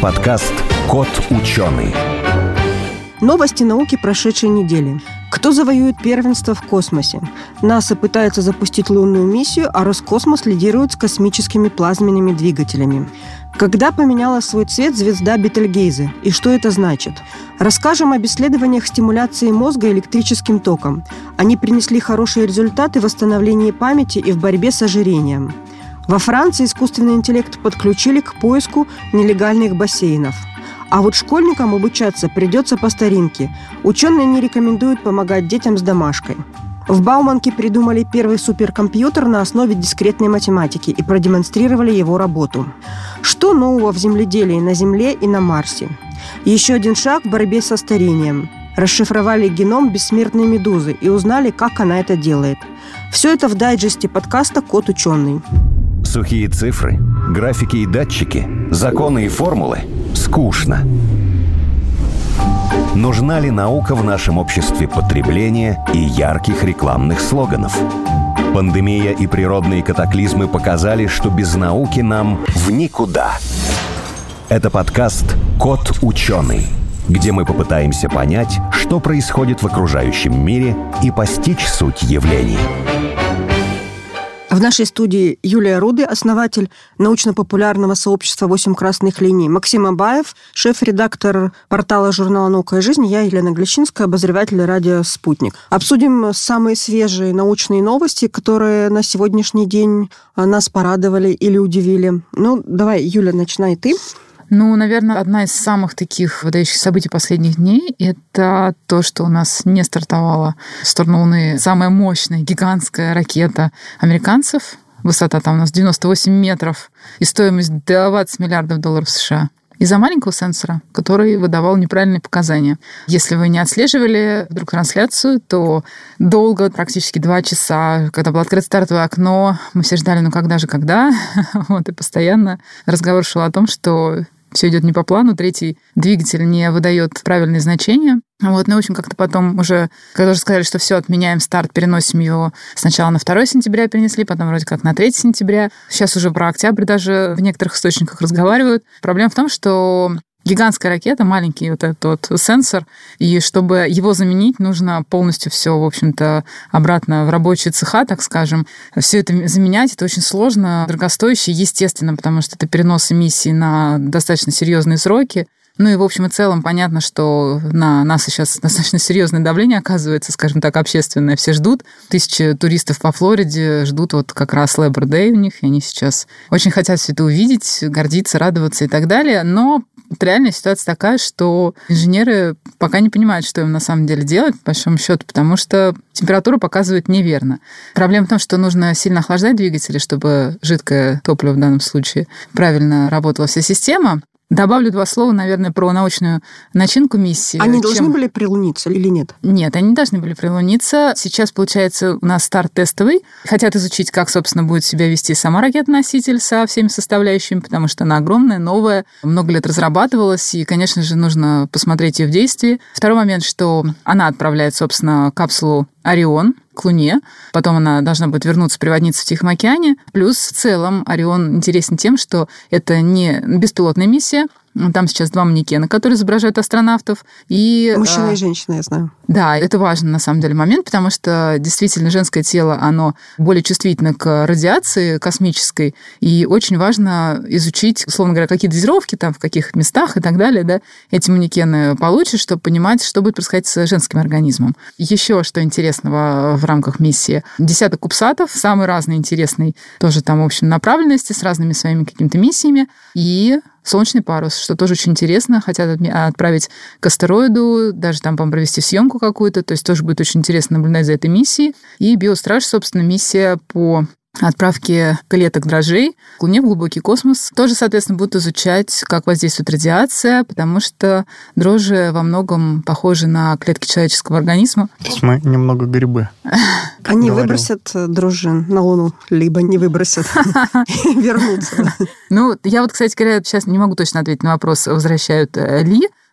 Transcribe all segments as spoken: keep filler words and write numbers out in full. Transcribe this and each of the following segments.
подкаст «Кот ученый». Новости науки прошедшей недели. Кто завоюет первенство в космосе? НАСА пытается запустить лунную миссию, а Роскосмос лидирует с космическими плазменными двигателями. Когда поменяла свой цвет звезда Бетельгейзе? И что это значит? Расскажем об исследованиях стимуляции мозга электрическим током. Они принесли хорошие результаты в восстановлении памяти и в борьбе с ожирением. Во Франции искусственный интеллект подключили к поиску нелегальных бассейнов. А вот школьникам обучаться придется по старинке. Ученые не рекомендуют помогать детям с домашкой. В Бауманке придумали первый суперкомпьютер на основе дискретной математики и продемонстрировали его работу. Что нового в земледелии на Земле и на Марсе? Еще один шаг в борьбе со старением. Расшифровали геном бессмертной медузы и узнали, как она это делает. Все это в дайджесте подкаста «Кот ученый». Сухие цифры, графики и датчики, законы и формулы – скучно. Нужна ли наука в нашем обществе потребления и ярких рекламных слоганов? Пандемия и природные катаклизмы показали, что без науки нам в никуда. Это подкаст «Кот ученый», где мы попытаемся понять, что происходит в окружающем мире и постичь суть явлений. В нашей студии Юлия Руды, основатель научно-популярного сообщества «Восемь красных линий», Максим Абаев, шеф-редактор портала журнала «Наука и жизнь», я, Елена Глещинская, обозреватель радио «Спутник». Обсудим самые свежие научные новости, которые на сегодняшний день нас порадовали или удивили. Ну, давай, Юля, начинай ты. Ну, наверное, одна из самых таких выдающих событий последних дней — это то, что у нас не стартовала в сторону Луны самая мощная, гигантская ракета американцев. Высота там у нас девяносто восемь метров и стоимость двадцать миллиардов долларов США. Из-за маленького сенсора, который выдавал неправильные показания. Если вы не отслеживали вдруг трансляцию, то долго, практически два часа, когда было открыто стартовое окно, мы все ждали, ну когда же, когда? Вот, и постоянно разговор шел о том, что все идет не по плану, третий двигатель не выдает правильные значения. Вот, ну, в общем, как-то потом уже, когда уже сказали, что все, отменяем старт, переносим его сначала на второе сентября перенесли, потом вроде как на третье сентября. Сейчас уже про октябрь даже в некоторых источниках разговаривают. Проблема в том, что гигантская ракета, маленький вот этот вот сенсор, и чтобы его заменить, нужно полностью все, в общем-то, обратно в рабочие цеха, так скажем. Все это заменять, это очень сложно, дорогостояще, естественно, потому что это перенос эмиссий на достаточно серьезные сроки. Ну и, в общем и целом, понятно, что на нас сейчас достаточно серьезное давление оказывается, скажем так, общественное. Все ждут. Тысячи туристов по Флориде ждут вот как раз Labor Day у них, и они сейчас очень хотят все это увидеть, гордиться, радоваться и так далее. Но реальная ситуация такая, что инженеры пока не понимают, что им на самом деле делать, по большому счету, потому что температура показывает неверно. Проблема в том, что нужно сильно охлаждать двигатели, чтобы жидкое топливо в данном случае правильно работала вся система. Добавлю два слова, наверное, про научную начинку миссии. Они Чем... должны были прилуниться или нет? Нет, они не должны были прилуниться. Сейчас, получается, у нас старт тестовый. Хотят изучить, как, собственно, будет себя вести сама ракета-носитель со всеми составляющими, потому что она огромная, новая, много лет разрабатывалась, и, конечно же, нужно посмотреть ее в действии. Второй момент, что она отправляет, собственно, капсулу «Орион» к Луне. Потом она должна будет вернуться, приводниться в Тихом океане. Плюс в целом «Орион» интересен тем, что это не беспилотная миссия. Там сейчас два манекена, которые изображают астронавтов. И, мужчина и женщина, я знаю. Да, это важный, на самом деле, момент, потому что действительно женское тело, оно более чувствительно к радиации космической, и очень важно изучить, условно говоря, какие дозировки там, в каких местах и так далее, да, эти манекены получишь, чтобы понимать, что будет происходить с женским организмом. Еще что интересного в рамках миссии. Десяток кубсатов, самый разный, интересный, тоже там, в общем, направленности, с разными своими какими-то миссиями, и солнечный парус, что тоже очень интересно. Хотят отправить к астероиду, даже там, по-моему, провести съемку какую-то. То есть тоже будет очень интересно наблюдать за этой миссией. И Биостраж, собственно, миссия по отправки клеток дрожжей к Луне в глубокий космос. Тоже, соответственно, будут изучать, как воздействует радиация, потому что дрожжи во многом похожи на клетки человеческого организма. То есть мы немного грибы. Они выбросят дрожжи на Луну, либо не выбросят и вернутся. Ну, я вот, кстати говоря, сейчас не могу точно ответить на вопрос, возвращают ли.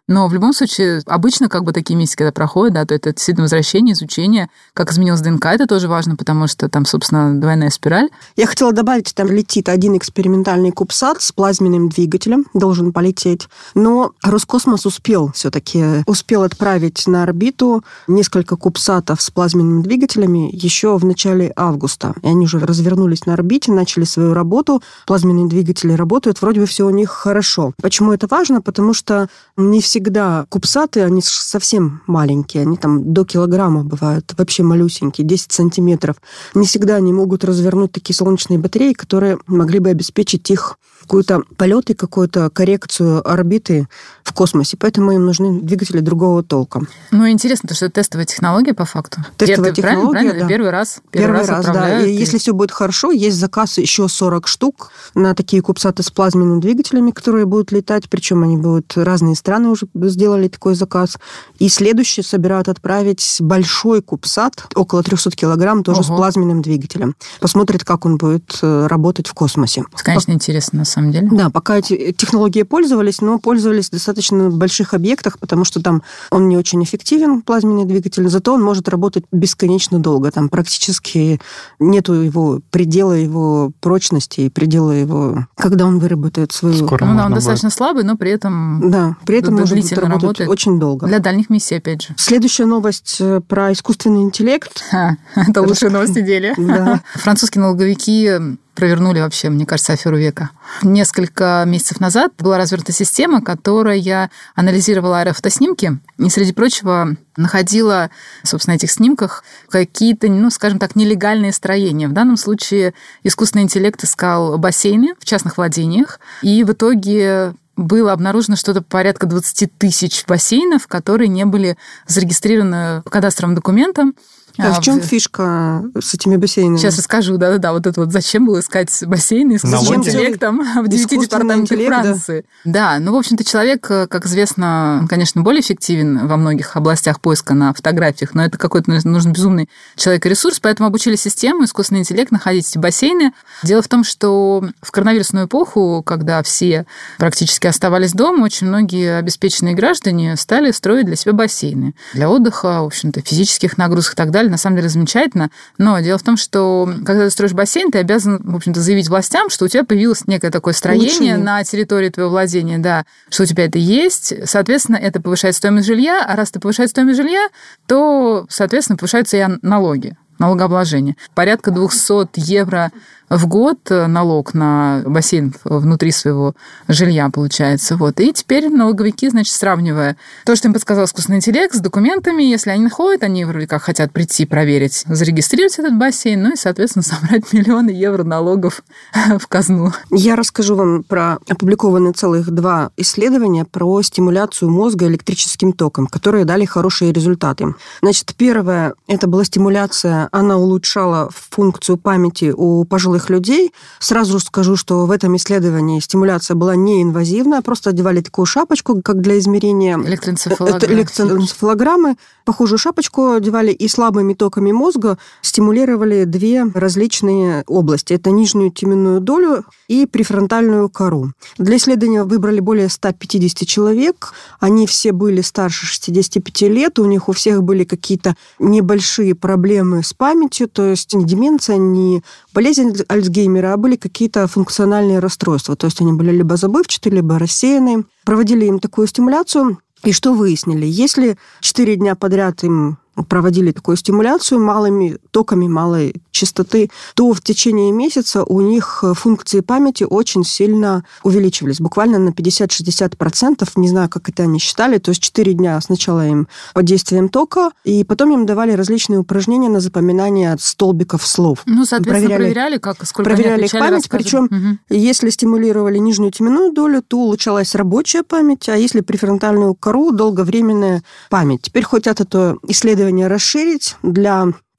Но в любом случае, обычно как бы такие миссии, когда проходят, да, то это действительно возвращение, изучение, как изменилась ДНК, это тоже важно, потому что там, собственно, двойная спираль. Я хотела добавить, там летит один экспериментальный кубсат с плазменным двигателем, должен полететь. Но Роскосмос успел все-таки, успел отправить на орбиту несколько кубсатов с плазменными двигателями еще в начале августа. И они уже развернулись на орбите, начали свою работу. Плазменные двигатели работают, вроде бы все у них хорошо. Почему это важно? Потому что не всегда кубсаты, они совсем маленькие, они там до килограмма бывают, вообще малюсенькие, десять сантиметров. Не всегда они могут развернуть такие солнечные батареи, которые могли бы обеспечить их какой-то полет и какую-то коррекцию орбиты в космосе. Поэтому им нужны двигатели другого толка. Ну, интересно, то, что это тестовая технология по факту. Тестовая это, технология, правильно, правильно? да. Первый раз. Первый, первый раз, раз да. И, и если все будет хорошо, есть заказ еще сорок штук на такие кубсаты с плазменными двигателями, которые будут летать. Причем они будут... Разные страны уже сделали такой заказ. И следующий собирают отправить большой кубсат, около триста килограмм, тоже Ого. С плазменным двигателем. Посмотрят, как он будет работать в космосе. Это, конечно, По... интересно, на самом деле. Да, пока эти технологии пользовались, но пользовались в достаточно больших объектах, потому что там он не очень эффективен, плазменный двигатель, зато он может работать бесконечно долго. Там практически нету его предела его прочности и предела его, когда он выработает свою... Скоро ну, да, он достаточно будет. Слабый, но при этом... Да, при этом может работать работает очень долго. Для дальних миссий, опять же. Следующая новость про искусственный интеллект. Ха, это лучшая новость недели. Да. Французские налоговики провернули вообще, мне кажется, аферу века. Несколько месяцев назад была развернута система, которая анализировала аэрофотоснимки и, среди прочего, находила, собственно, на этих снимках какие-то, ну, скажем так, нелегальные строения. В данном случае искусственный интеллект искал бассейны в частных владениях, и в итоге было обнаружено что-то порядка двадцать тысяч бассейнов, которые не были зарегистрированы по кадастровым документам. А, а в чем фишка с этими бассейнами? Сейчас расскажу, да-да-да, вот это вот зачем было искать бассейны с искусственным интеллектом в девяти департаментах Франции. Да. да, ну, в общем-то, человек, как известно, он, конечно, более эффективен во многих областях поиска на фотографиях, но это какой-то нужен безумный человек-ресурс, поэтому обучили систему, искусственный интеллект, находить эти бассейны. Дело в том, что в коронавирусную эпоху, когда все практически оставались дома, очень многие обеспеченные граждане стали строить для себя бассейны. Для отдыха, в общем-то, физических нагрузок и так далее. На самом деле замечательно, но дело в том, что когда ты строишь бассейн, ты обязан, в общем-то, заявить властям, что у тебя появилось некое такое строение Улучшение. На территории твоего владения, да, что у тебя это есть. Соответственно, это повышает стоимость жилья, а раз это повышает стоимость жилья, то, соответственно, повышаются и налоги, налогообложение. Порядка двести евро в год налог на бассейн внутри своего жилья получается. Вот. И теперь налоговики, значит, сравнивая то, что им подсказал искусственный интеллект, с документами, если они находят, они вроде как хотят прийти проверить, зарегистрировать этот бассейн, ну и, соответственно, собрать миллионы евро налогов в казну. Я расскажу вам про опубликованные целых два исследования про стимуляцию мозга электрическим током, которые дали хорошие результаты. Значит, первое, это была стимуляция, она улучшала функцию памяти у пожилых людей. Сразу скажу, что в этом исследовании стимуляция была неинвазивная, просто одевали такую шапочку, как для измерения электроэнцефалограммы. электроэнцефалограммы. Похожую шапочку одевали и слабыми токами мозга стимулировали две различные области. Это нижнюю теменную долю и префронтальную кору. Для исследования выбрали более ста пятидесяти человек. Они все были старше шестидесяти пяти лет. У них у всех были какие-то небольшие проблемы с памятью, то есть не деменция, не болезнь Альцгеймера, а были какие-то функциональные расстройства. То есть они были либо забывчатые, либо рассеянные. Проводили им такую стимуляцию. И что выяснили? Если четыре дня подряд им проводили такую стимуляцию малыми токами, малой частоты, то в течение месяца у них функции памяти очень сильно увеличивались, буквально на пятьдесят-шестьдесят процентов. Не знаю, как это они считали. То есть четыре дня сначала им под действием тока, и потом им давали различные упражнения на запоминание столбиков слов. Ну, соответственно, проверяли, проверяли как, сколько проверяли они их память. Причем, угу. если стимулировали нижнюю теменную долю, то улучшалась рабочая память, а если префронтальную кору, долговременная память. Теперь хотят это исследование расширить для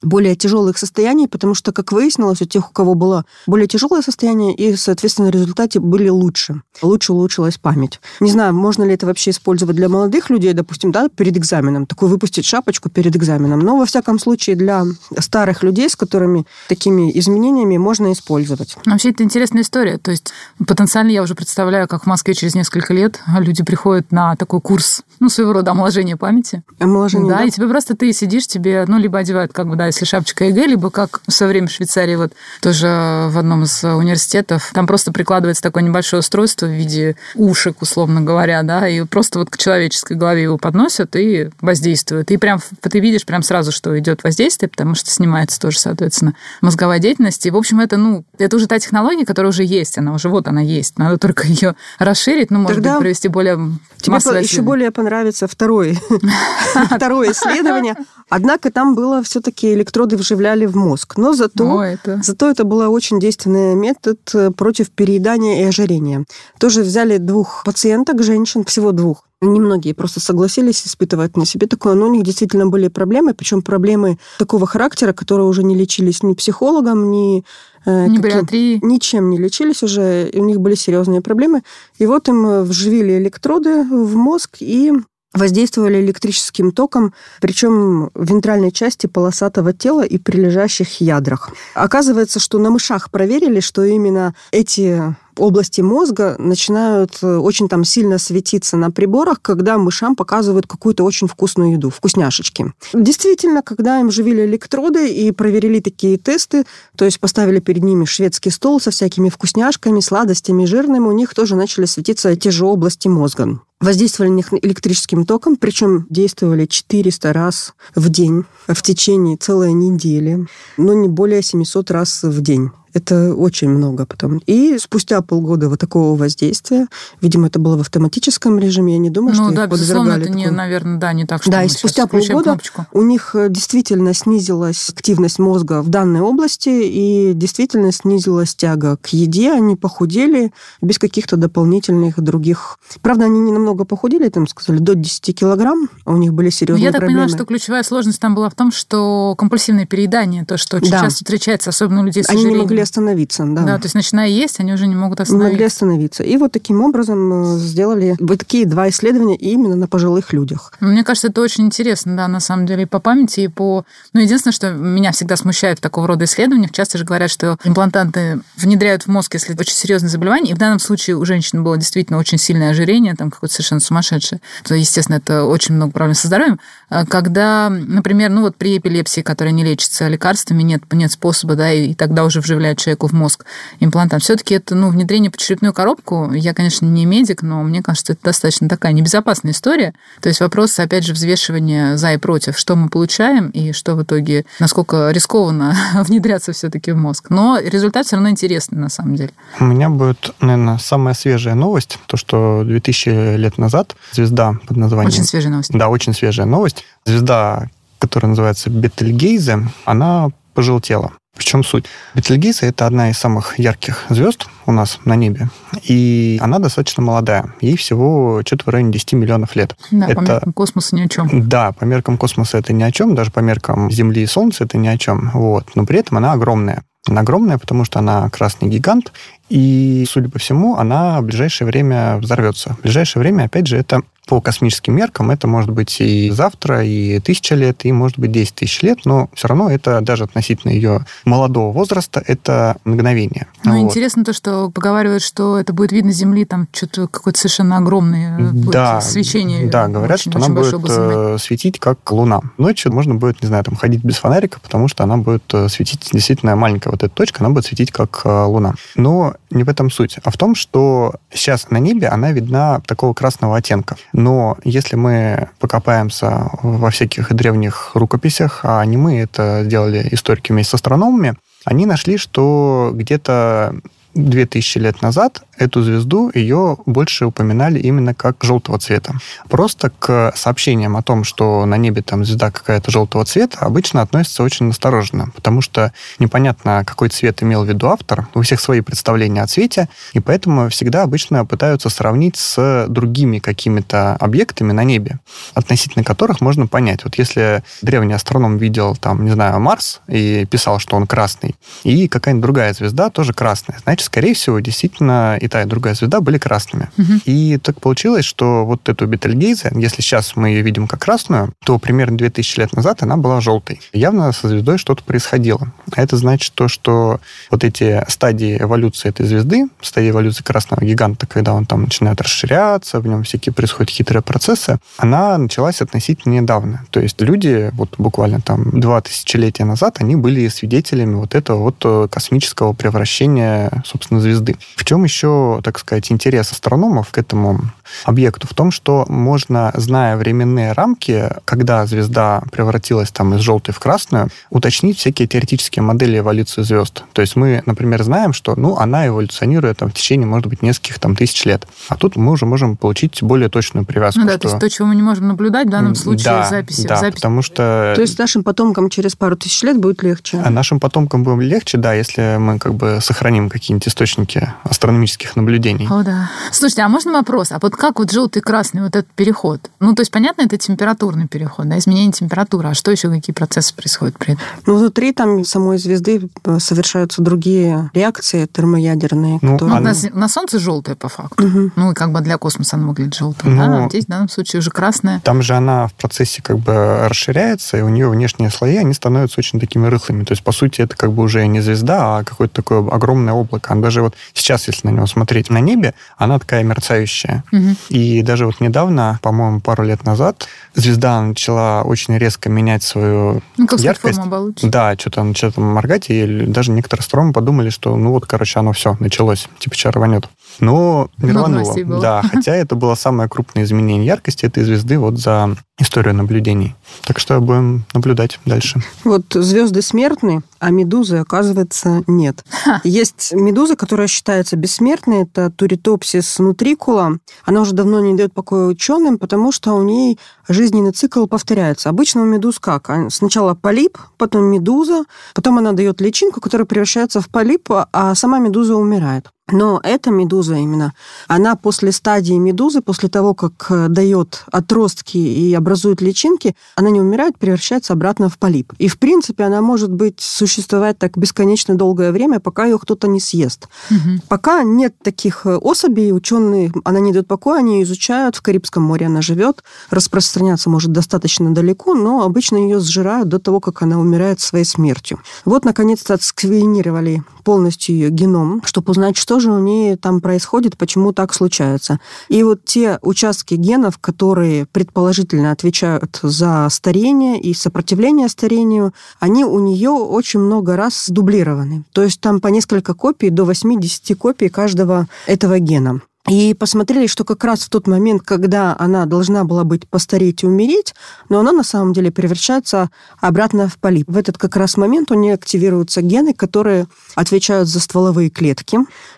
более тяжелых состояний, потому что, как выяснилось, у тех, у кого было более тяжелое состояние, и, соответственно, в результате были лучше. Лучше улучшилась память. Не знаю, можно ли это вообще использовать для молодых людей, допустим, да, перед экзаменом, такую выпустить шапочку перед экзаменом. Но, во всяком случае, для старых людей, с которыми такими изменениями можно использовать. Вообще, это интересная история. То есть, потенциально я уже представляю, как в Москве через несколько лет люди приходят на такой курс, ну, своего рода омоложения памяти. Омоложение, да, да. И тебе просто ты сидишь, тебе, ну, либо одевают, как бы, да, если шапочка ЕГЭ, либо как в свое время в Швейцарии, вот тоже в одном из университетов, там просто прикладывается такое небольшое устройство в виде ушек, условно говоря, да, и просто вот к человеческой голове его подносят и воздействуют. И прям ты видишь прям сразу, что идет воздействие, потому что снимается тоже, соответственно, мозговая деятельность. И, в общем, это, ну, это уже та технология, которая уже есть, она уже вот она есть. Надо только ее расширить, ну, может Тогда быть, провести более тебе массовое еще более понравится второе, второе исследование. Однако там было все-таки электроды вживляли в мозг. Но зато, О, это... зато это был очень действенный метод против переедания и ожирения. Тоже взяли двух пациенток, женщин, всего двух. Немногие просто согласились испытывать на себе такое, но у них действительно были проблемы, причем проблемы такого характера, которые уже не лечились ни психологом, ни... Ни бариатрией. Ничем не лечились уже, и у них были серьезные проблемы. И вот им вживили электроды в мозг и воздействовали электрическим током, причем в вентральной части полосатого тела и прилежащих ядрах. Оказывается, что на мышах проверили, что именно эти области мозга начинают очень там сильно светиться на приборах, когда мышам показывают какую-то очень вкусную еду, вкусняшечки. Действительно, когда им вживили электроды и проверили такие тесты, то есть поставили перед ними шведский стол со всякими вкусняшками, сладостями, жирными, у них тоже начали светиться те же области мозга. Воздействовали на них электрическим током, причем действовали четыреста раз в день в течение целой недели, но не более семьсот раз в день. Это очень много потом. И спустя полгода вот такого воздействия, видимо, это было в автоматическом режиме, я не думаю, ну, что да, их подвергали. Ну, да, безусловно, это, не, наверное, да, не так, что да, и спустя полгода у них действительно снизилась активность мозга в данной области, и действительно снизилась тяга к еде, они похудели без каких-то дополнительных других... Правда, они не намного похудели, там сказали, до десяти килограмм, а у них были серьезные я проблемы. Я так поняла, что ключевая сложность там была в том, что компульсивное переедание, то, что очень да. часто встречается, особенно у людей с они ожирением. Не могли остановиться, да. Да, то есть начиная есть, они уже не могут остановиться. Не могли остановиться. И вот таким образом сделали вот такие два исследования именно на пожилых людях. Мне кажется, это очень интересно, да, на самом деле, и по памяти, и по... Ну, единственное, что меня всегда смущает в такого рода исследованиях, часто же говорят, что имплантанты внедряют в мозг, если это очень серьезное заболевание, и в данном случае у женщины было действительно очень сильное ожирение, там какое-то совершенно сумасшедшее, то, естественно, это очень много проблем со здоровьем. Когда, например, ну вот при эпилепсии, которая не лечится лекарствами, нет, нет способа, да, и тогда уже вживляют человеку в мозг имплантант. Все-таки это, ну, внедрение под черепную коробку. Я, конечно, не медик, но мне кажется, это достаточно такая небезопасная история. То есть вопрос, опять же, взвешивания за и против, что мы получаем и что в итоге, насколько рискованно внедряться все-таки в мозг. Но результат все равно интересный, на самом деле. У меня будет, наверное, самая свежая новость, то, что две тысячи лет назад звезда под названием... Очень свежая новость. Да, очень свежая новость. Звезда, которая называется Бетельгейзе, она пожелтела. В чем суть? Бетельгейзе – это одна из самых ярких звезд у нас на небе, и она достаточно молодая. Ей всего что-то в районе десяти миллионов лет. Да, это... по меркам космоса ни о чем. Да, по меркам космоса это ни о чем, даже по меркам Земли и Солнца это ни о чем. Вот. Но при этом она огромная. Она огромная, потому что она красный гигант, и, судя по всему, она в ближайшее время взорвется. В ближайшее время, опять же, это по космическим меркам, это может быть и завтра, и тысяча лет, и, может быть, десять тысяч лет, но все равно это даже относительно ее молодого возраста, это мгновение. Ну, вот. Интересно то, что поговаривают, что это будет видно с Земли, там что-то какое-то совершенно огромное да, свечение. Да, говорят, очень, что очень она будет светить, как Луна. Ночью можно будет, не знаю, там ходить без фонарика, потому что она будет светить, действительно маленькая вот эта точка, она будет светить, как Луна. Но не в этом суть, а в том, что сейчас на небе она видна такого красного оттенка. Но если мы покопаемся во всяких древних рукописях, а не мы это делали историки вместе с астрономами, они нашли, что где-то две тысячи лет назад эту звезду, ее больше упоминали именно как желтого цвета. Просто к сообщениям о том, что на небе там звезда какая-то желтого цвета, обычно относятся очень настороженно, потому что непонятно, какой цвет имел в виду автор, у всех свои представления о цвете, и поэтому всегда обычно пытаются сравнить с другими какими-то объектами на небе, относительно которых можно понять. Вот если древний астроном видел, там, не знаю, Марс и писал, что он красный, и какая-нибудь другая звезда тоже красная, значит, скорее всего, действительно, и та, и другая звезда были красными. Угу. И так получилось, что вот эту Бетельгейзе, если сейчас мы ее видим как красную, то примерно две тысячи лет назад она была желтой. Явно со звездой что-то происходило. А это значит то, что вот эти стадии эволюции этой звезды, стадии эволюции красного гиганта, когда он там начинает расширяться, в нем всякие происходят хитрые процессы, она началась относительно недавно. То есть люди вот буквально там два тысячелетия назад, они были свидетелями вот этого вот космического превращения, собственно, звезды. В чем еще, так сказать, интерес астрономов к этому объекту? В том, что можно, зная временные рамки, когда звезда превратилась там из желтой в красную, уточнить всякие теоретические модели эволюции звезд. То есть мы, например, знаем, что ну, она эволюционирует там, в течение, может быть, нескольких там, тысяч лет. А тут мы уже можем получить более точную привязку. Ну да, что... то есть то, чего мы не можем наблюдать в данном случае да, в записи. Да, в записи. Потому что... То есть нашим потомкам через пару тысяч лет будет легче? А нашим потомкам будет легче, да, если мы как бы сохраним какие-нибудь источники астрономических наблюдений. О, да. Слушайте, а можно вопрос? А вот как вот желтый и красный вот этот переход? Ну, то есть, понятно, это температурный переход, да, изменение температуры. А что еще, какие процессы происходят при этом? Ну, внутри там самой звезды совершаются другие реакции термоядерные. Ну, которые... ну, на, на Солнце желтое по факту. Угу. Ну, и как бы для космоса она выглядит желтым. Ну, да? Здесь в данном случае уже красная. Там же она в процессе как бы расширяется, и у нее внешние слои, они становятся очень такими рыхлыми. То есть, по сути, это как бы уже не звезда, а какое-то такое огромное облако. Она даже вот сейчас, если на него смотреть на небе, она такая мерцающая. Угу. И даже вот недавно, по-моему, пару лет назад, звезда начала очень резко менять свою ну, как яркость. Форму оболочки. Да, что-то начала там моргать, и даже некоторые астрономы подумали, что ну вот, короче, оно все, началось, типа чар рванет. Но не рвануло. Да, хотя это было самое крупное изменение яркости этой звезды вот за историю наблюдений. Так что будем наблюдать дальше. Вот звезды смертны, а медузы, оказывается, нет. Ха. Есть медуза, которая считается бессмертной, это Туритопсис нутрикула. Она уже давно не дает покоя ученым, потому что у ней жизненный цикл повторяется. Обычно у медуз как? Сначала полип, потом медуза, потом она дает личинку, которая превращается в полип, а сама медуза умирает. Но эта медуза именно, она после стадии медузы, после того, как дает отростки и образует личинки, она не умирает, превращается обратно в полип. И, в принципе, она может быть существовать так бесконечно долгое время, пока ее кто-то не съест. Угу. Пока нет таких особей, ученые, она не дает покоя, они ее изучают, в Карибском море она живет, распространяться может достаточно далеко, но обычно ее сжирают до того, как она умирает своей смертью. Вот, наконец-то, отсквенировали полностью ее геном, чтобы узнать, что же у нее там происходит, почему так случается. И вот те участки генов, которые предположительно отвечают за старение и сопротивление старению, они у нее очень много раз дублированы. То есть там по несколько копий, до восемьдесят копий каждого этого гена. И посмотрели, что как раз в тот момент, когда она должна была быть постареть и умереть, но она на самом деле превращается обратно в полип. В этот как раз момент у нее активируются гены, которые отвечают за стволовые клетки.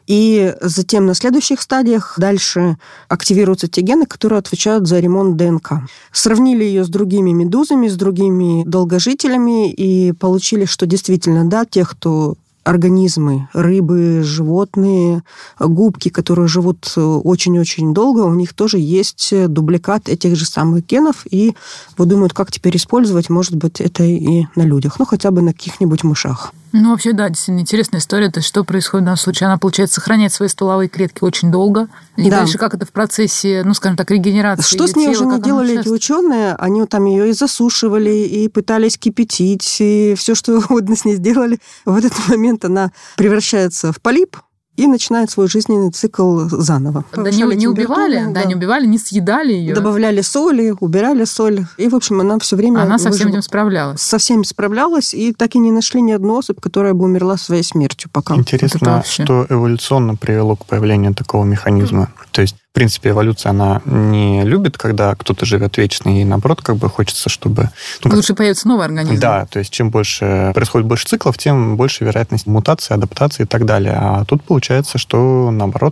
И затем на следующих стадиях дальше активируются те гены, которые отвечают за ремонт ДНК. Сравнили ее с другими медузами, с другими долгожителями и получили, что действительно, да, тех, кто... организмы, рыбы, животные, губки, которые живут очень-очень долго, у них тоже есть дубликат этих же самых генов, и вот думают, как теперь использовать, может быть, это и на людях, ну, хотя бы на каких-нибудь мышах. Ну, вообще, да, действительно интересная история. То есть, что происходит в данном случае? Она, получается, сохраняет свои стволовые клетки очень долго. И да. Дальше как это в процессе, ну, скажем так, регенерации Что с ней уже не делали эти ученые? Они там ее и засушивали, и пытались кипятить, и все, что угодно с ней сделали. В этот момент она превращается в полип и начинает свой жизненный цикл заново. Да не, не убивали, да. да, не убивали, не съедали ее. Добавляли соли, убирали соль. И, в общем, она все время... Она со всем этим справлялась. Со всеми справлялась, и так и не нашли ни одну особь, которая бы умерла своей смертью пока. Интересно, что эволюционно привело к появлению такого механизма. То есть, в принципе, эволюция, она не любит, когда кто-то живет вечно, и наоборот, как бы хочется, чтобы... Ну, как... Лучше появится новый организм. Да, то есть, чем больше происходит больше циклов, тем больше вероятность мутации, адаптации и так далее. А тут получается, что наоборот...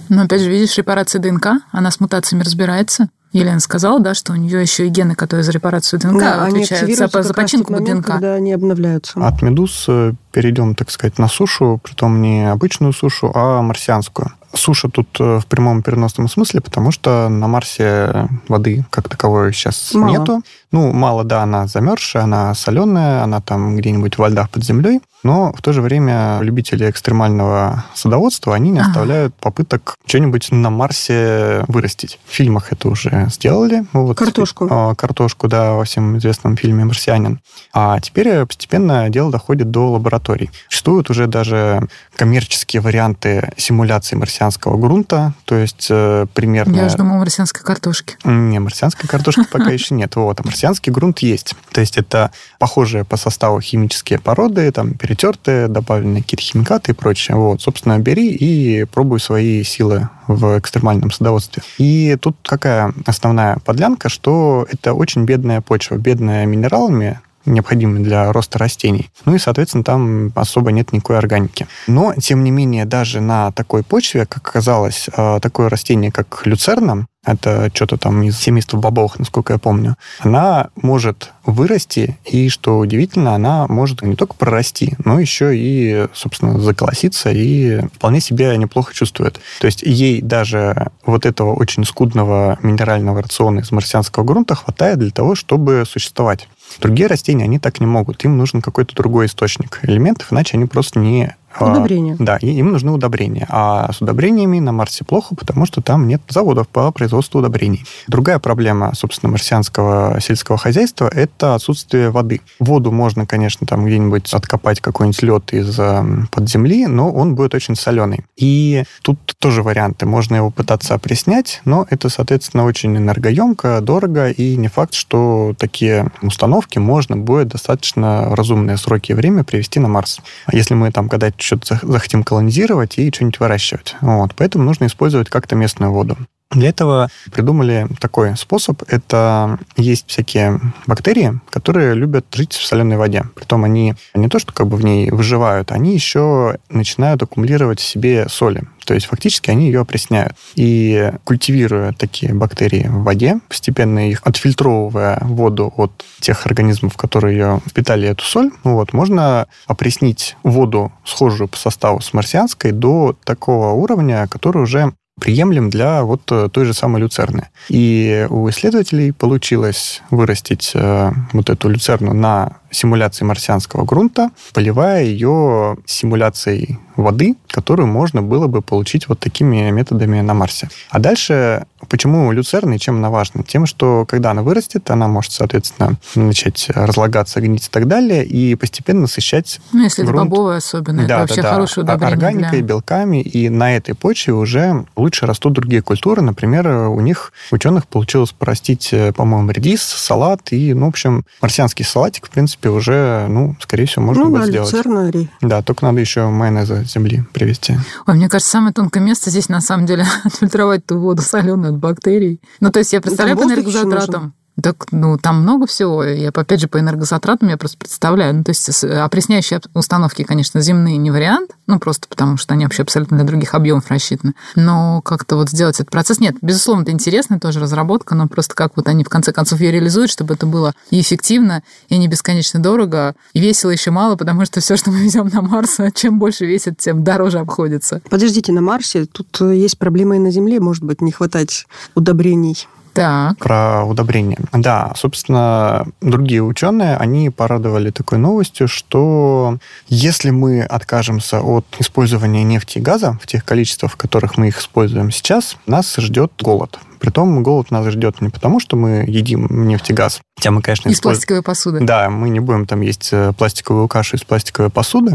Но опять же, видишь, репарация ДНК, она с мутациями разбирается. Елена сказала, да, что у нее еще и гены, которые за репарацию ДНК да, отвечают, они за, за починку момент, ДНК. Когда они обновляются. От медуз перейдем, так сказать, на сушу, притом не обычную сушу, а марсианскую. Суша тут в прямом переносном смысле, потому что на Марсе воды как таковой сейчас мало. нету. Ну, мало, да, она замерзшая, она соленая, она там где-нибудь во льдах под землей, но в то же время любители экстремального садоводства, они не ага. оставляют попыток что-нибудь на Марсе вырастить. В фильмах это уже сделали. Вот, картошку. Э, картошку, да, во всем известном фильме «Марсианин». А теперь постепенно дело доходит до лабораторий. Существуют уже даже коммерческие варианты симуляции марсианского грунта, то есть э, примерно... Я уже думала, марсианской картошки. Не, марсианской картошки пока еще нет. Вот, а марсианский грунт есть. То есть это похожие по составу химические породы, там, перетертые, добавлены какие-то химикаты и прочее. Вот, собственно, бери и пробуй свои силы в экстремальном садоводстве. И тут какая основная подлянка, что это очень бедная почва, бедная минералами, необходимыми для роста растений. Ну и, соответственно, там особо нет никакой органики. Но, тем не менее, даже на такой почве, как оказалось, такое растение, как люцерна, это что-то там из семейства бобовых, насколько я помню, она может вырасти, и, что удивительно, она может не только прорасти, но еще и, собственно, заколоситься, и вполне себя неплохо чувствует. То есть ей даже вот этого очень скудного минерального рациона из марсианского грунта хватает для того, чтобы существовать. Другие растения, они так не могут. Им нужен какой-то другой источник элементов, иначе они просто не... Удобрения. Да, им нужны удобрения. А с удобрениями на Марсе плохо, потому что там нет заводов по производству удобрений. Другая проблема, собственно, марсианского сельского хозяйства – это отсутствие воды. Воду можно, конечно, там где-нибудь откопать какой-нибудь лед из-под земли, но он будет очень соленый. И тут тоже варианты. Можно его пытаться опреснять, но это, соответственно, очень энергоемко, дорого, и не факт, что такие установки можно будет достаточно разумные сроки и время привести на Марс. А если мы там когда-то что-то захотим колонизировать и что-нибудь выращивать. Вот. Поэтому нужно использовать как-то местную воду. Для этого придумали такой способ. Это есть всякие бактерии, которые любят жить в соленой воде. Притом они не то, что как бы в ней выживают, они еще начинают аккумулировать в себе соли. То есть фактически они ее опресняют. И культивируя такие бактерии в воде, постепенно их отфильтровывая воду от тех организмов, которые ее впитали эту соль, вот, можно опреснить воду, схожую по составу с марсианской, до такого уровня, который уже приемлем для вот той же самой люцерны. И у исследователей получилось вырастить э, вот эту люцерну на симуляции марсианского грунта, поливая ее симуляцией воды, которую можно было бы получить вот такими методами на Марсе. А дальше, почему люцерна и чем она важна? Тем, что когда она вырастет, она может, соответственно, начать разлагаться, гнить и так далее, и постепенно насыщать Ну, если грунт. это бобовая особенно, да, это вообще да, да. хорошее удобрение. Органикой, для... белками, и на этой почве уже лучше растут другие культуры. Например, у них, у ученых, получилось порастить, по-моему, редис, салат, и, ну, в общем, марсианский салатик, в принципе, уже, ну, скорее всего, можно ну, будет да, сделать. люцерна, ри. Да, только надо еще майонеза с земли привезти. Ой, мне кажется, самое тонкое место здесь, на самом деле, отфильтровать ту воду соленую от бактерий. Ну, то есть я представляю по энергозатратам. Так, ну, там много всего. Я, опять же, по энергозатратам я просто представляю. Ну, то есть опресняющие установки, конечно, земные не вариант, ну, просто потому что они вообще абсолютно для других объемов рассчитаны. Но как-то вот сделать этот процесс... Нет, безусловно, это интересная тоже разработка, но просто как вот они в конце концов ее реализуют, чтобы это было и эффективно, и не бесконечно дорого, и весело еще мало, потому что все, что мы везем на Марс, чем больше весит, тем дороже обходится. Подождите, на Марсе тут есть проблемы и на Земле, может быть, не хватать удобрений. Так. Про удобрения. Да, собственно, другие ученые, они порадовали такой новостью, что если мы откажемся от использования нефти и газа в тех количествах, в которых мы их используем сейчас, нас ждет голод. Притом голод нас ждет не потому, что мы едим нефть и газ. Хотя мы, конечно, из использ... пластиковой посуды. Да, мы не будем там есть пластиковую кашу из пластиковой посуды,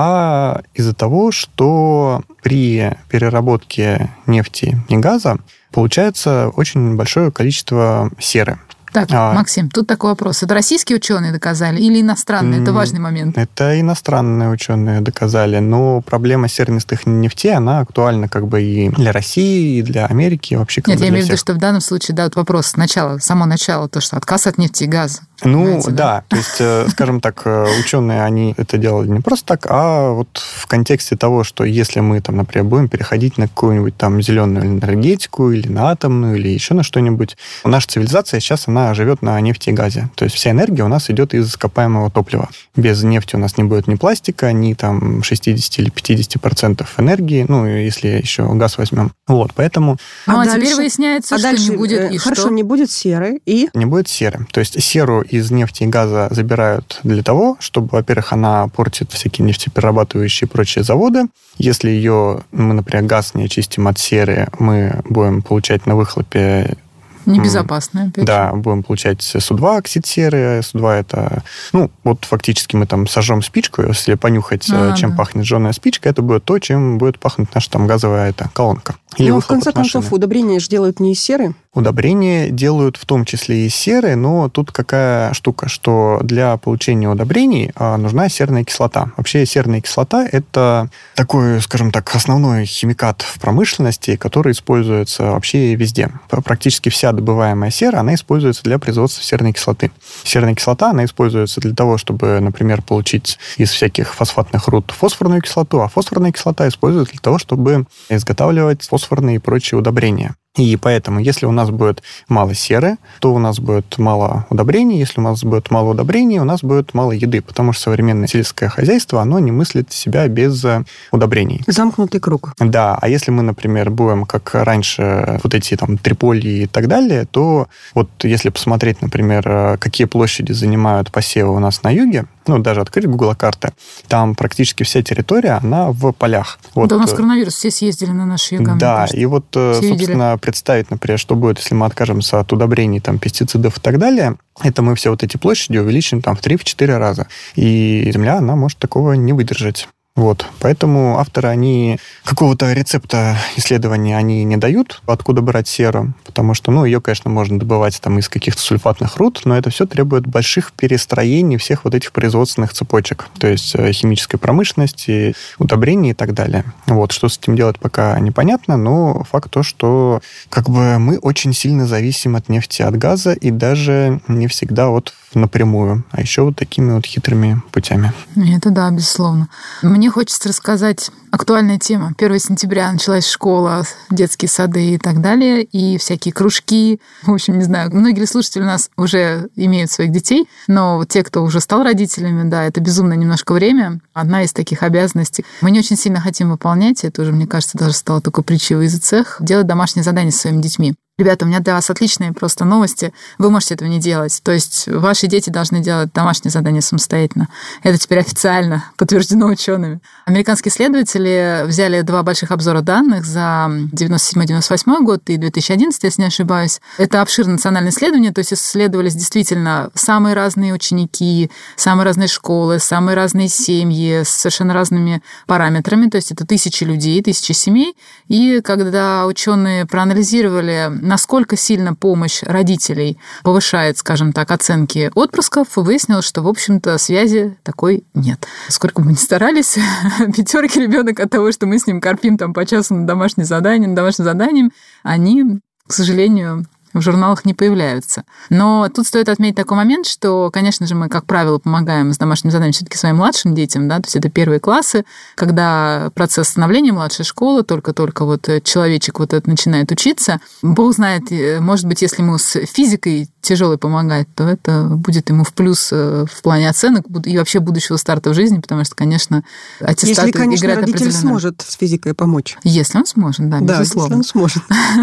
а из-за того, что при переработке нефти и газа получается очень большое количество серы. Так, а, Максим, тут такой вопрос. Это российские ученые доказали или иностранные? Это важный момент. Это иностранные ученые доказали, но проблема сернистых нефтей, она актуальна как бы и для России, и для Америки, и вообще как Нет, бы я для имею в виду, всех. что в данном случае, да, вот вопрос сначала, само начало, то, что отказ от нефти и газа. Ну, да? да, то есть, скажем так, ученые, они это делали не просто так, а вот в контексте того, что если мы, там, например, будем переходить на какую-нибудь там зеленую энергетику или на атомную, или еще на что-нибудь, наша цивилизация сейчас, она живет на нефти и газе. То есть вся энергия у нас идет из ископаемого топлива. Без нефти у нас не будет ни пластика, ни там шестьдесят или пятьдесят процентов энергии, ну, если еще газ возьмем. Вот, поэтому... Ну, а, а дальше, теперь выясняется, а что дальше, не будет и хорошо, что? не будет серы и... Не будет серы. То есть серу из нефти и газа забирают для того, чтобы, во-первых, она портит всякие нефтеперерабатывающие и прочие заводы. Если ее, мы, например, газ не очистим от серы, мы будем получать на выхлопе... Небезопасно, опять. Да, будем получать эс о два, оксид серы. эс о два это... Ну, вот фактически мы там сожжем спичку, если понюхать, а, чем да. пахнет жженая спичка, это будет то, чем будет пахнуть наша там газовая эта колонка. Или ну, в конце концов, удобрения же делают не из серы. Удобрения делают в том числе и из серы, но тут какая штука, что для получения удобрений а, нужна серная кислота. Вообще серная кислота – это такой, скажем так, основной химикат в промышленности, который используется вообще везде. Практически вся добываемая сера, она используется для производства серной кислоты. Серная кислота, она используется для того, чтобы, например, получить из всяких фосфатных руд фосфорную кислоту, а фосфорная кислота используется для того, чтобы изготавливать фосфорные и прочие удобрения. И поэтому, если у нас будет мало серы, то у нас будет мало удобрений. Если у нас будет мало удобрений, у нас будет мало еды, потому что современное сельское хозяйство, оно не мыслит себя без удобрений. Замкнутый круг. Да, а если мы, например, будем, как раньше, вот эти там триполи и так далее, то вот если посмотреть, например, какие площади занимают посевы у нас на юге, ну, даже открыть Google карты, там практически вся территория, она в полях. Вот, да, у нас коронавирус, все съездили на наши юга. Да, и вот, все собственно, видели. Представить, например, что будет, если мы откажемся от удобрений, там, пестицидов и так далее, это мы все вот эти площади увеличим там в три-четыре раза. И земля, она может такого не выдержать. Вот. Поэтому авторы, они какого-то рецепта исследования они не дают, откуда брать серу, потому что, ну, ее, конечно, можно добывать там из каких-то сульфатных руд, но это все требует больших перестроений всех вот этих производственных цепочек, то есть химической промышленности, удобрений и так далее. Вот. Что с этим делать, пока непонятно, но факт то, что как бы мы очень сильно зависим от нефти, от газа, и даже не всегда вот напрямую, а еще вот такими вот хитрыми путями. Это да, безусловно. Мне хочется рассказать актуальная тема. первого сентября началась школа, детские сады и так далее, и всякие кружки. В общем, не знаю, многие слушатели у нас уже имеют своих детей, но вот те, кто уже стал родителями, да, это безумное немножко время. Одна из таких обязанностей. Мы не очень сильно хотим выполнять, это уже, мне кажется, даже стало такой притчей во языцах, делать домашние задания со своими детьми. Ребята, у меня для вас отличные просто новости. Вы можете этого не делать. То есть ваши дети должны делать домашние задания самостоятельно. Это теперь официально подтверждено учеными. Американские исследователи взяли два больших обзора данных за девяносто седьмой - девяносто восьмой год и две тысячи одиннадцатый, если не ошибаюсь. Это обширное национальное исследование, то есть исследовались действительно самые разные ученики, самые разные школы, самые разные семьи с совершенно разными параметрами. То есть это тысячи людей, тысячи семей. И когда ученые проанализировали, насколько сильно помощь родителей повышает, скажем так, оценки отпрысков, выяснилось, что, в общем-то, связи такой нет. Сколько бы мы ни старались, пятерки ребенок от того, что мы с ним корпим там по часу на домашнее задание, на домашнем задании, они, к сожалению, в журналах не появляются. Но тут стоит отметить такой момент, что, конечно же, мы, как правило, помогаем с домашним заданием все-таки своим младшим детям, да, то есть это первые классы, когда процесс становления младшей школы, только-только вот человечек вот этот начинает учиться. Бог знает, может быть, если ему с физикой тяжелой помогать, то это будет ему в плюс в плане оценок и вообще будущего старта в жизни, потому что, конечно, аттестат играет определенную роль. Если, конечно, родитель сможет с физикой помочь. Если он сможет, да, да, безусловно. если он сможет.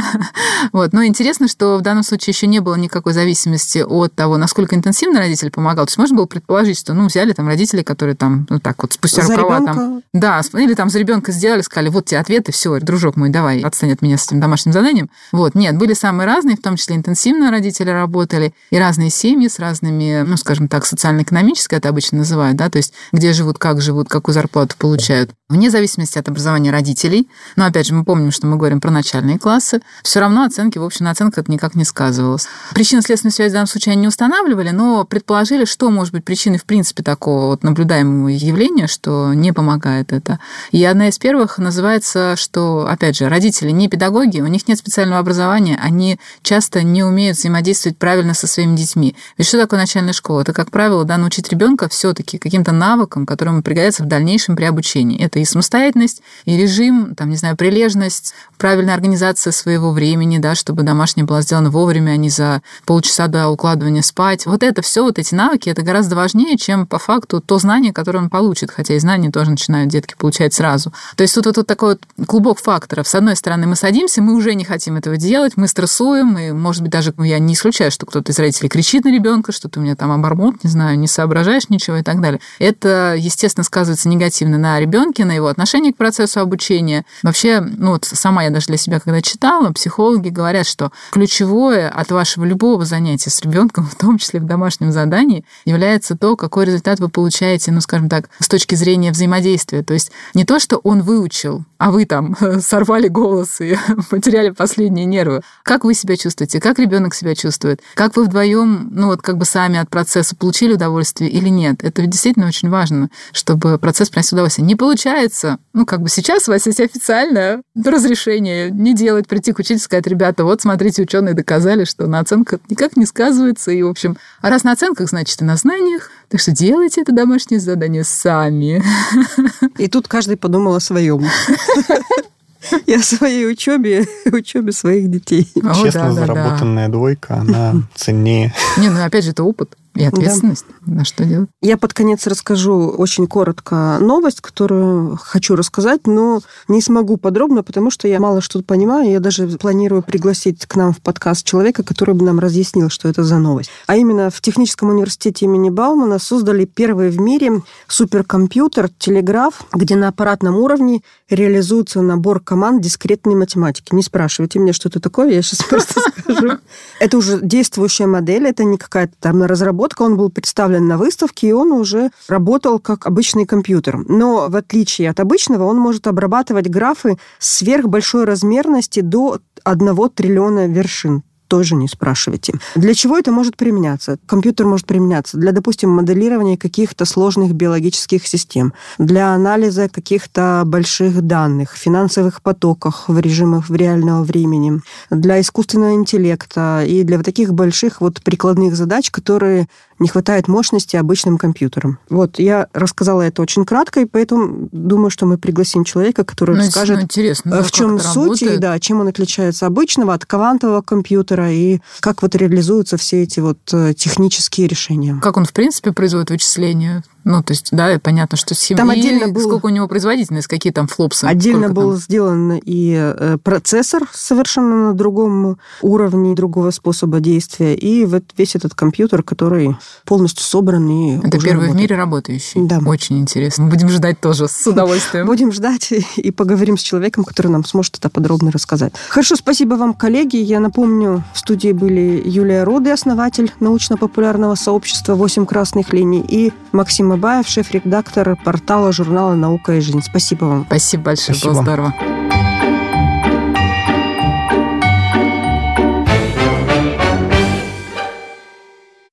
Вот. Но интересно, что в данном случае еще не было никакой зависимости от того, насколько интенсивно родитель помогал. То есть можно было предположить, что, ну, взяли там родители, которые там, ну, так вот, спустя за рукава ребенка? там... Да, или там за ребенка сделали, сказали, вот тебе ответы, все, дружок мой, давай, отстань от меня с этим домашним заданием. Вот. Нет, были самые разные, в том числе интенсивно родители работали, и разные семьи с разными, ну, скажем так, социально-экономическое это обычно называют, да, то есть где живут, как живут, какую зарплату получают. Вне зависимости от образования родителей, но, опять же, мы помним, что мы говорим про начальные классы, все равно оценки, в общем, на оценках это никак не сказывалось. Причинно-следственную связь в данном случае они не устанавливали, но предположили, что может быть причиной, в принципе, такого вот наблюдаемого явления, что не помогает это. И одна из первых называется, что, опять же, родители не педагоги, у них нет специального образования, они часто не умеют взаимодействовать правильно правильно со своими детьми. Ведь что такое начальная школа? Это, как правило, да, научить ребенка все-таки каким-то навыкам, которые ему пригодятся в дальнейшем при обучении. Это и самостоятельность, и режим, там, не знаю, прилежность, правильная организация своего времени, да, чтобы домашнее было сделано вовремя, а не за полчаса до укладывания спать. Вот это все, вот эти навыки, это гораздо важнее, чем по факту то знание, которое он получит, хотя и знания тоже начинают детки получать сразу. То есть тут вот, вот такой вот клубок факторов. С одной стороны, мы садимся, мы уже не хотим этого делать, мы стрессуем, и, может быть, даже ну, я не исключаю, что кто-то из родителей кричит на ребенка, что ты у меня там обормот, не знаю, не соображаешь ничего и так далее. Это, естественно, сказывается негативно на ребенке, на его отношение к процессу обучения. Вообще, ну вот сама я даже для себя, когда читала, психологи говорят, что ключевое от вашего любого занятия с ребенком, в том числе в домашнем задании, является то, какой результат вы получаете, ну, скажем так, с точки зрения взаимодействия. То есть не то, что он выучил, а вы там сорвали голос и потеряли последние нервы. Как вы себя чувствуете? Как ребенок себя чувствует? Как вы вдвоем, ну вот как бы сами от процесса получили удовольствие или нет? Это действительно очень важно, чтобы процесс приносил удовольствие. Не получается, ну как бы сейчас у вас есть официальное разрешение не делать, прийти к учителю и сказать: ребята, вот смотрите, ученые доказали, что на оценках никак не сказывается. И, в общем, а раз на оценках, значит и на знаниях. Так что делайте это домашнее задание сами. И тут каждый подумал о своем. И о своей учебе, учебе своих детей. О, Честно, да, заработанная да. двойка, она ценнее. Не, ну опять же, это опыт и ответственность. Да. На что делать? Я под конец расскажу очень коротко новость, которую хочу рассказать, но не смогу подробно, потому что я мало что понимаю. Я даже планирую пригласить к нам в подкаст человека, который бы нам разъяснил, что это за новость. А именно в Техническом университете имени Баумана создали первый в мире суперкомпьютер «Телеграф», где на аппаратном уровне реализуется набор команд дискретной математики. Не спрашивайте меня, что это такое, я сейчас просто скажу. Это уже действующая модель, это не какая-то там разработка. Он был представлен на выставке, и он уже работал как обычный компьютер. Но в отличие от обычного, он может обрабатывать графы сверхбольшой размерности до одного триллиона вершин. Тоже не спрашивайте. Для чего это может применяться? Компьютер может применяться для, допустим, моделирования каких-то сложных биологических систем, для анализа каких-то больших данных, финансовых потоков в режимах в реального времени, для искусственного интеллекта и для вот таких больших вот прикладных задач, которые не хватает мощности обычным компьютерам. Вот, я рассказала это очень кратко, и поэтому думаю, что мы пригласим человека, который ну, расскажет, интересно, в чем суть, и да, чем он отличается обычного от квантового компьютера, и как вот реализуются все эти вот технические решения. Как он, в принципе, производит вычисления? Ну, то есть, да, понятно, что схема. Там отдельно и был... сколько у него производительность, какие там флопсы. Отдельно был сделан и процессор совершенно на другом уровне, другого способа действия, и вот весь этот компьютер, который полностью собран и это уже первый работает. В мире работающий. Да. Очень интересно. Будем ждать тоже с удовольствием. Будем ждать и поговорим с человеком, который нам сможет это подробно рассказать. Хорошо, спасибо вам, коллеги. Я напомню, в студии были Юлия Руды, основатель научно-популярного сообщества «Восемь красных линий», и Максим Абаев, шеф-редактор портала журнала «Наука и жизнь». Спасибо вам. Спасибо большое, Спасибо. Было здорово.